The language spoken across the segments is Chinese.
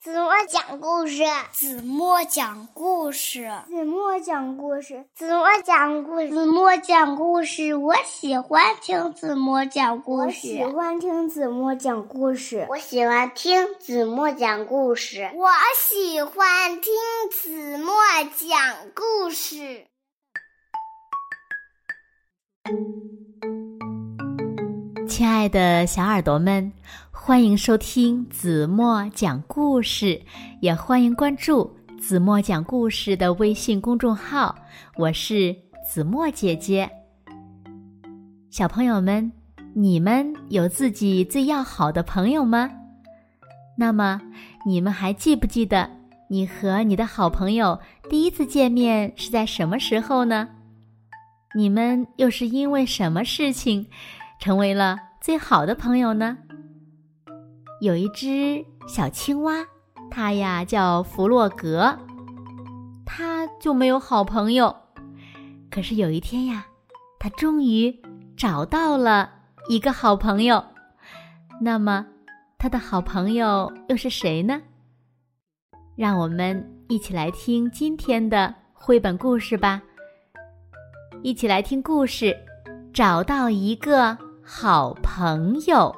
子墨讲故事， 子墨讲故事， 子墨讲故事，子墨讲故事，子墨讲故事。我喜欢听子墨讲故事， 我喜欢听子墨讲故事， 我喜欢听子墨讲故事， 我喜欢听子墨讲故事。 亲爱的小耳朵们，欢迎收听子墨讲故事，也欢迎关注子墨讲故事的微信公众号，我是子墨姐姐。小朋友们，你们有自己最要好的朋友吗？那么你们还记不记得你和你的好朋友第一次见面是在什么时候呢？你们又是因为什么事情成为了最好的朋友呢？有一只小青蛙，它呀叫弗洛格，它就没有好朋友。可是有一天呀，它终于找到了一个好朋友。那么它的好朋友又是谁呢？让我们一起来听今天的绘本故事吧。一起来听故事，找到一个好朋友。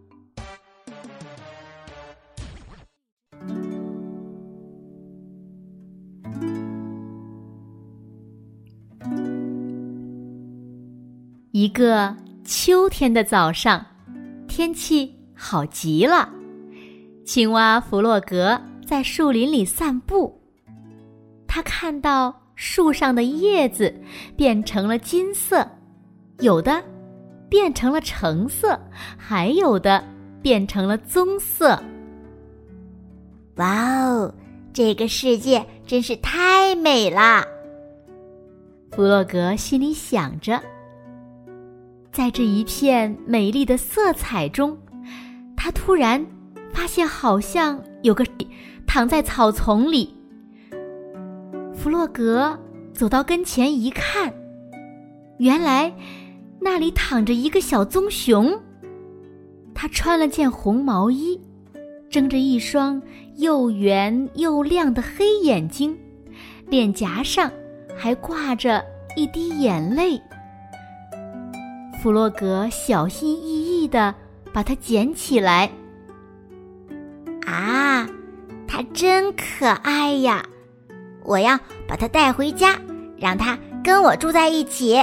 一个秋天的早上，天气好极了。青蛙弗洛格在树林里散步，他看到树上的叶子变成了金色，有的变成了橙色，还有的变成了棕色。 哇哦，这个世界真是太美了！ 弗洛格心里想着。在这一片美丽的色彩中，他突然发现好像有个躺在草丛里。弗洛格走到跟前一看，原来那里躺着一个小棕熊。他穿了件红毛衣，睁着一双又圆又亮的黑眼睛，脸颊上还挂着一滴眼泪。弗洛格小心翼翼地把它捡起来。 啊，它真可爱呀！我要把它带回家，让它跟我住在一起。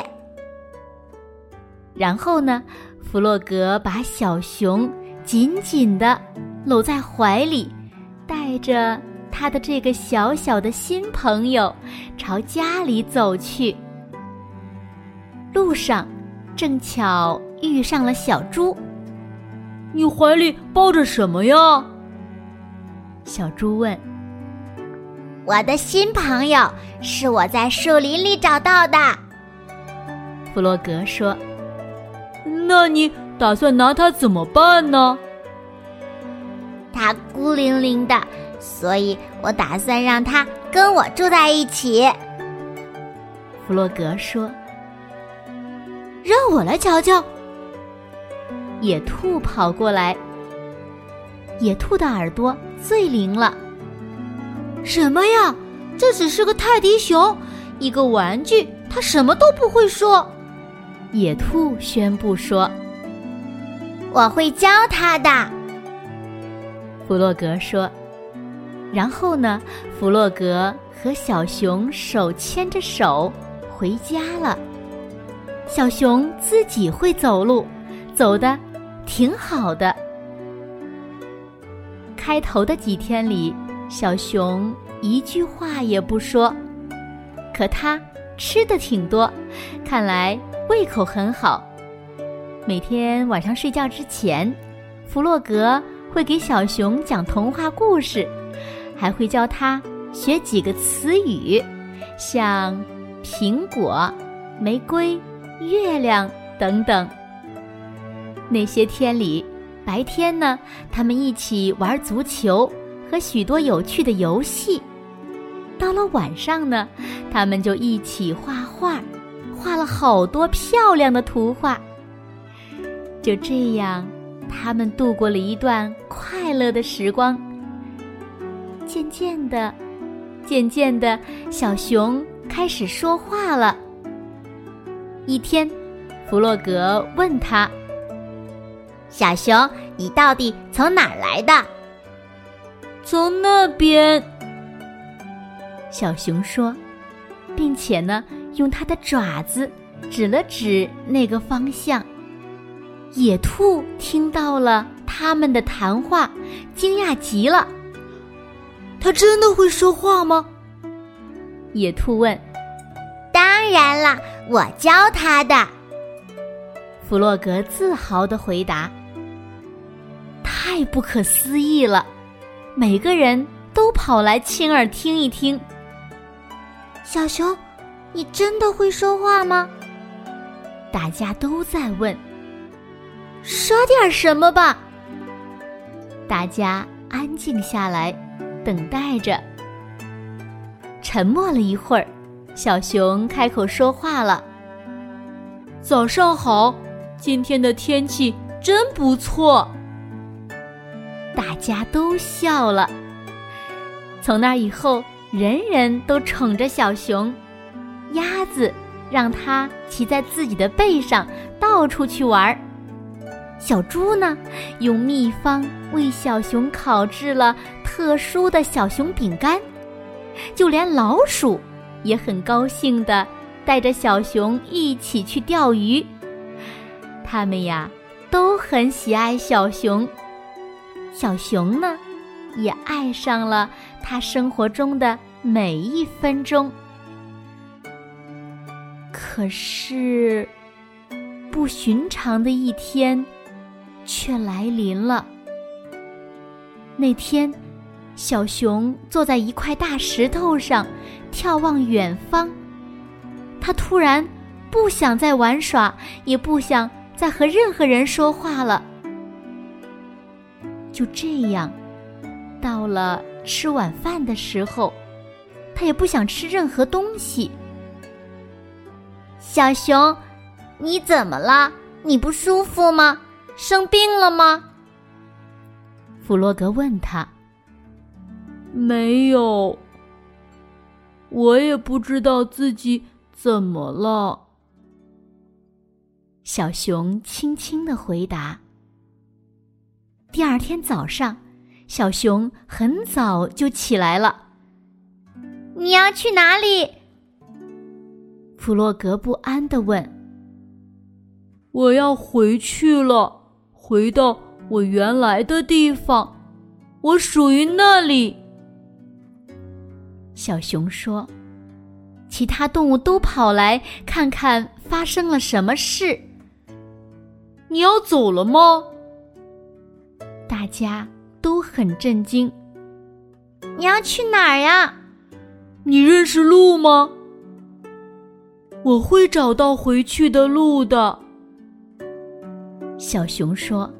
然后呢，弗洛格把小熊紧紧地搂在怀里，带着他的这个小小的新朋友朝家里走去。路上正巧遇上了小猪。你怀里抱着什么呀？小猪问。 我的新朋友是我在树林里找到的。 弗洛格说。那你打算拿它怎么办呢？ 它孤零零的，所以我打算让它跟我住在一起。 弗洛格说。让我来瞧瞧。野兔跑过来。野兔的耳朵最灵了。什么呀？这只是个泰迪熊，一个玩具，它什么都不会说。野兔宣布说。 我会教它的。 弗洛格说。然后呢，弗洛格和小熊手牵着手回家了。小熊自己会走路，走得挺好的。开头的几天里，小熊一句话也不说，可它吃得挺多，看来胃口很好。每天晚上睡觉之前，弗洛格会给小熊讲童话故事，还会教它学几个词语，像苹果、玫瑰、月亮等等。那些天里，白天呢，他们一起玩足球和许多有趣的游戏。到了晚上呢，他们就一起画画，画了好多漂亮的图画。就这样，他们度过了一段快乐的时光。 渐渐的，小熊开始说话了。一天，弗洛格问他： 小熊，你到底从哪儿来的？ 从那边。小熊说，并且呢，用它的爪子指了指那个方向。野兔听到了他们的谈话，惊讶极了。它真的会说话吗？野兔问。 当然了，我教它的。 弗洛格自豪地回答。太不可思议了，每个人都跑来亲耳听一听。 小熊，你真的会说话吗？ 大家都在问。说点什么吧。大家安静下来，等待着。沉默了一会儿，小熊开口说话了：早上好，今天的天气真不错。大家都笑了。从那以后，人人都宠着小熊。鸭子让它骑在自己的背上，到处去玩。小猪呢，用秘方为小熊烤制了特殊的小熊饼干。就连老鼠也很高兴地带着小熊一起去钓鱼。它们呀，都很喜爱小熊。小熊呢，也爱上了它生活中的每一分钟。可是，不寻常的一天却来临了。那天，小熊坐在一块大石头上，眺望远方。他突然不想再玩耍，也不想再和任何人说话了。就这样，到了吃晚饭的时候，他也不想吃任何东西。 小熊，你怎么了？你不舒服吗？生病了吗？ 弗洛格问他。没有，我也不知道自己怎么了。小熊轻轻地回答。第二天早上，小熊很早就起来了。 你要去哪里？ 弗洛格不安地问。我要回去了，回到我原来的地方，我属于那里。小熊说。其他动物都跑来看看发生了什么事。你要走了吗？大家都很震惊。 你要去哪儿呀？ 你认识路吗？我会找到回去的路的。小熊说。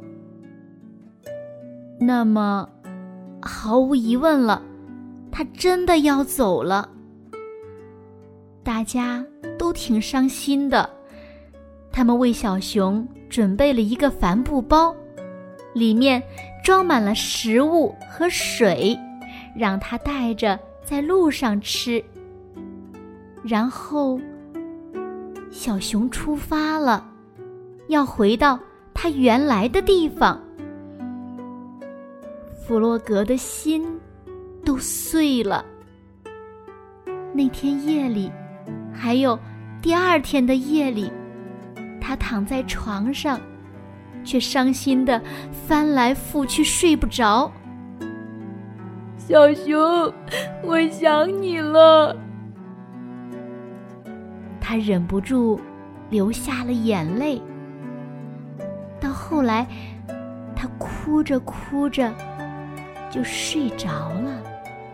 那么，毫无疑问了，他真的要走了。大家都挺伤心的，他们为小熊准备了一个帆布包，里面装满了食物和水，让他带着在路上吃。然后，小熊出发了，要回到他原来的地方。弗洛格的心都碎了。那天夜里，还有第二天的夜里，他躺在床上，却伤心地翻来覆去睡不着。小熊，我想你了。他忍不住流下了眼泪。到后来，他哭着哭着就睡着了。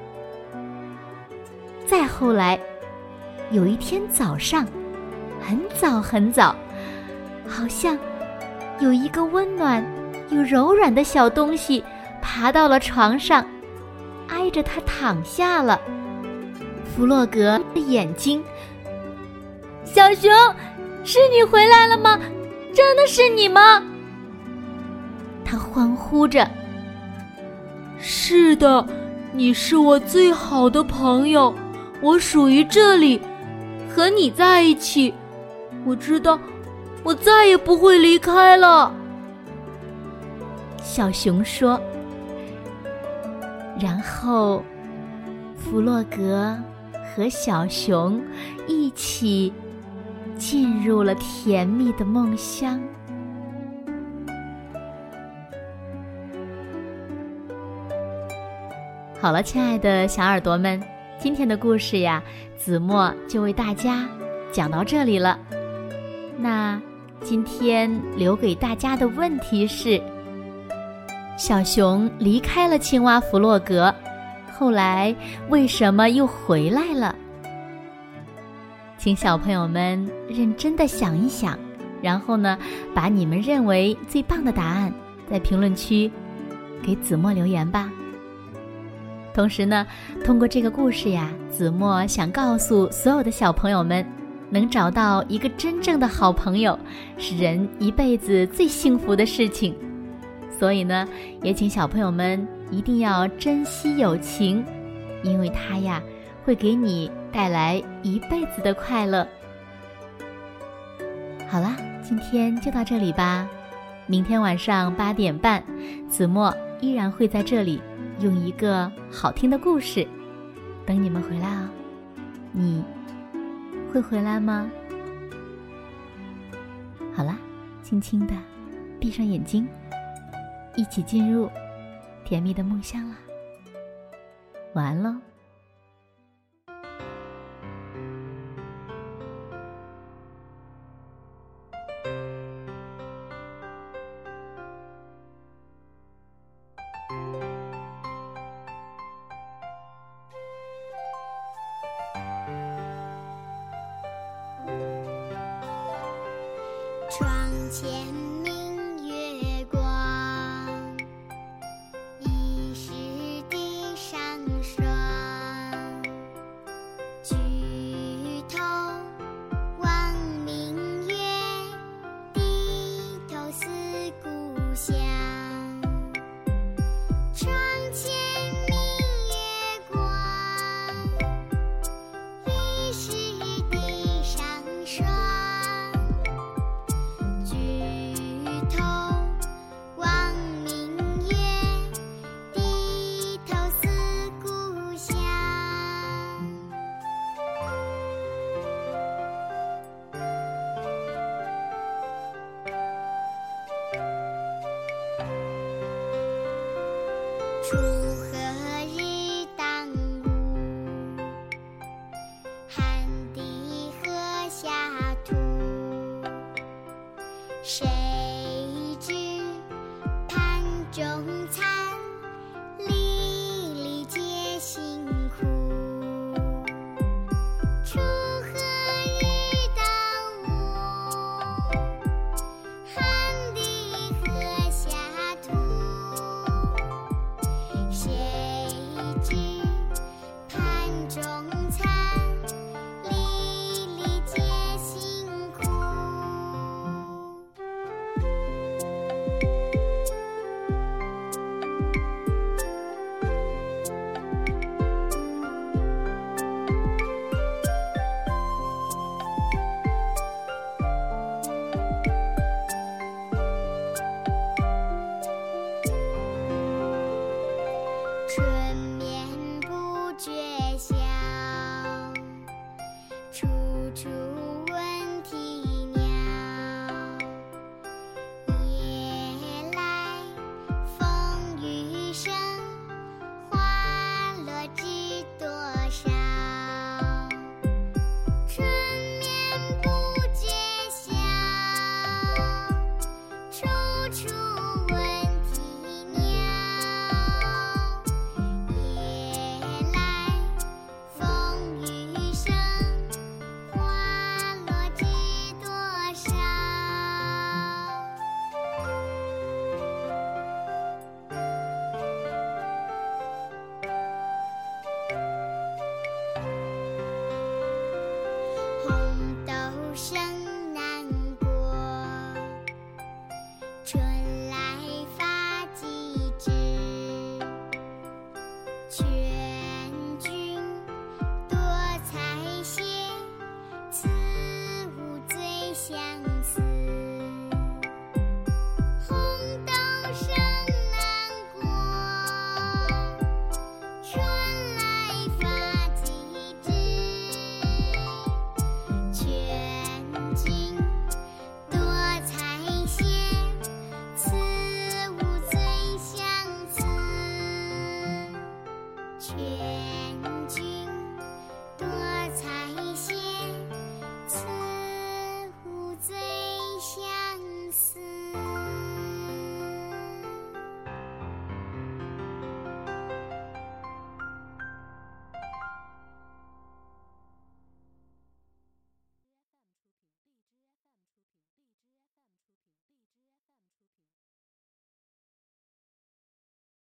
再后来，有一天早上，很早很早，好像有一个温暖又柔软的小东西爬到了床上，挨着他躺下了。弗洛格的眼睛，小熊，是你回来了吗？真的是你吗？他欢呼着。是的， 你是我最好的朋友，我属于这里，和你在一起，我知道我再也不会离开了。 小熊说。然后弗洛格和小熊一起进入了甜蜜的梦乡。好了，亲爱的小耳朵们，今天的故事呀，子墨就为大家讲到这里了。那今天留给大家的问题是：小熊离开了青蛙弗洛格，后来为什么又回来了？请小朋友们认真地想一想，然后呢，把你们认为最棒的答案在评论区给子墨留言吧。同时呢，通过这个故事呀，子墨想告诉所有的小朋友们，能找到一个真正的好朋友，是人一辈子最幸福的事情。所以呢，也请小朋友们一定要珍惜友情，因为它呀，会给你带来一辈子的快乐。好啦，今天就到这里吧。明天晚上8点半，子墨依然会在这里用一个好听的故事等你们回来哦。你会回来吗？好啦，轻轻地闭上眼睛，一起进入甜蜜的梦乡啦。晚安喽。 窗前明月光，疑是地上霜。举头望明月，低头思故乡。窗前明月光，疑是地上霜。锄禾日当午，汗滴禾下土。谁知盘中餐，粒粒皆辛苦。锄禾日当午，汗滴禾下土。谁却